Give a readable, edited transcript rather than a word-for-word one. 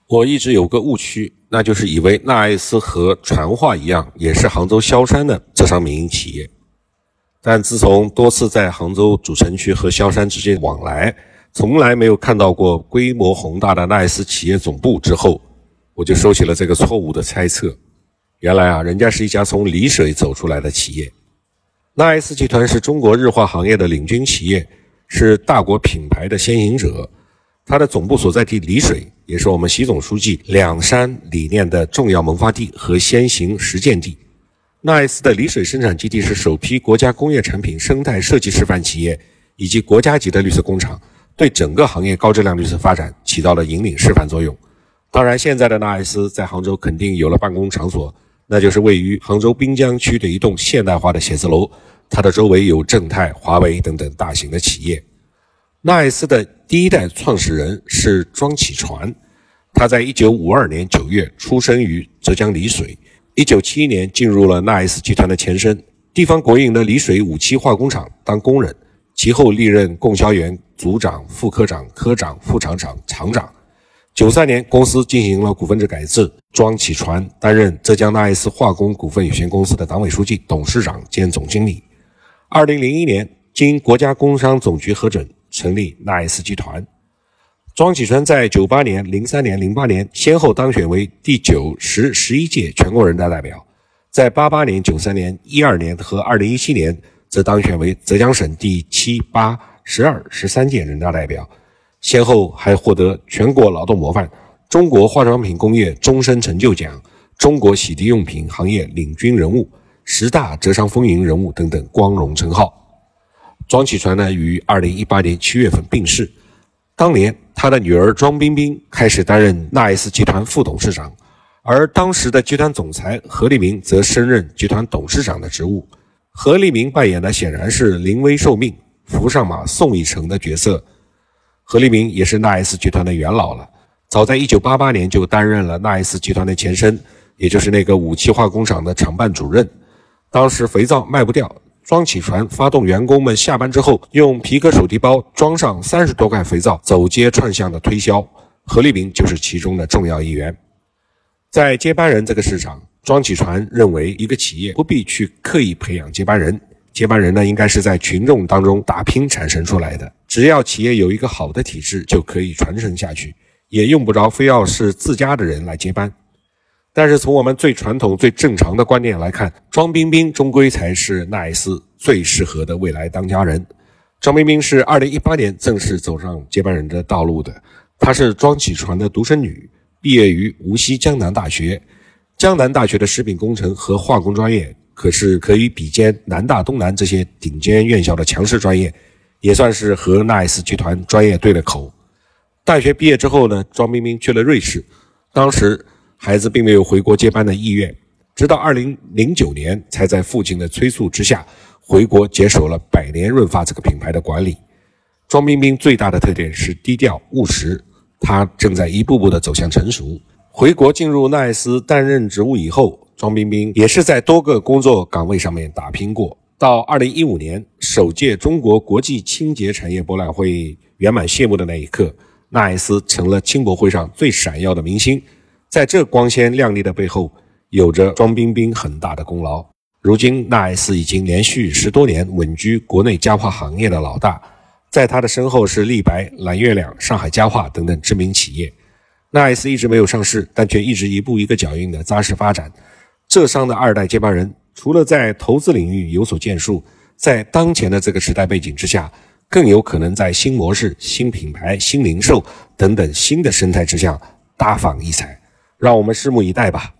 我一直有个误区，那就是以为纳爱斯和传化一样，也是杭州萧山的浙商民营企业。但自从多次在杭州主城区和萧山之间往来，从来没有看到过规模宏大的纳爱斯企业总部之后，我就收起了这个错误的猜测。原来人家是一家从丽水走出来的企业。纳爱斯集团是中国日化行业的领军企业，是大国品牌的先行者。它的总部所在地丽水，也是我们习总书记两山理念的重要萌发地和先行实践地。纳爱斯的丽水生产基地是首批国家工业产品生态设计示范企业，以及国家级的绿色工厂，对整个行业高质量绿色发展起到了引领示范作用。当然，现在的纳爱斯在杭州肯定有了办公场所，那就是位于杭州滨江区的一栋现代化的写字楼，它的周围有正泰、华为等等大型的企业。纳爱斯的第一代创始人是庄启传，他在1952年9月出生于浙江丽水，1971年进入了纳爱斯集团的前身地方国营的丽水五七化工厂当工人，其后历任供销员、组长、副科长、科长、副厂长、厂长。93年公司进行了股份制改制，庄启传担任浙江纳爱斯化工股份有限公司的党委书记、董事长兼总经理。2001年经国家工商总局核准，成立纳爱斯集团。庄启传在98年、03年、08年先后当选为第9、10、11届全国人大代表，在88年、93年、12年和2017年则当选为浙江省第7、8、12、13届人大代表，先后还获得全国劳动模范、中国化妆品工业终身成就奖、中国洗涤用品行业领军人物、10大浙商风云人物等等光荣称号。庄启传于2018年7月份病逝，当年他的女儿庄彬彬开始担任纳爱斯集团副董事长，而当时的集团总裁何立明则升任集团董事长的职务。何立明扮演的显然是临危受命、扶上马送一程的角色。何立明也是纳爱斯集团的元老了，早在1988年就担任了纳爱斯集团的前身，也就是那个五七化工厂的厂办主任。当时肥皂卖不掉，庄启传发动员工们下班之后用皮革手提包装上30多块肥皂，走街串巷的推销，何立明就是其中的重要一员。在接班人这个市场，庄启传认为一个企业不必去刻意培养接班人，接班人呢应该是在群众当中打拼产生出来的，只要企业有一个好的体制就可以传承下去，也用不着非要是自家的人来接班。但是从我们最传统最正常的观念来看，庄彬彬终归才是纳爱斯最适合的未来当家人。庄彬彬是2018年正式走上接班人的道路的，她是庄启传的独生女，毕业于无锡江南大学。江南大学的食品工程和化工专业可是可以比肩南大东南这些顶尖院校的强势专业，也算是和纳爱斯集团专业对了口。大学毕业之后呢，庄彬彬去了瑞士，当时孩子并没有回国接班的意愿，直到2009年才在父亲的催促之下回国接手了百年润发这个品牌的管理。庄彬彬最大的特点是低调务实，他正在一步步的走向成熟。回国进入纳爱斯担任职务以后，庄彬彬也是在多个工作岗位上面打拼过。到2015年首届中国国际清洁产业博览会圆满谢幕的那一刻，纳爱斯成了清博会上最闪耀的明星。在这光鲜亮丽的背后，有着庄彬彬很大的功劳。如今纳爱斯已经连续10多年稳居国内家化行业的老大，在他的身后是立白、蓝月亮、上海家化等等知名企业。纳爱斯一直没有上市，但却一直一步一个脚印的扎实发展。浙商的2代接班人除了在投资领域有所建树，在当前的这个时代背景之下，更有可能在新模式、新品牌、新零售等等新的生态之下大放异彩。让我们拭目以待吧。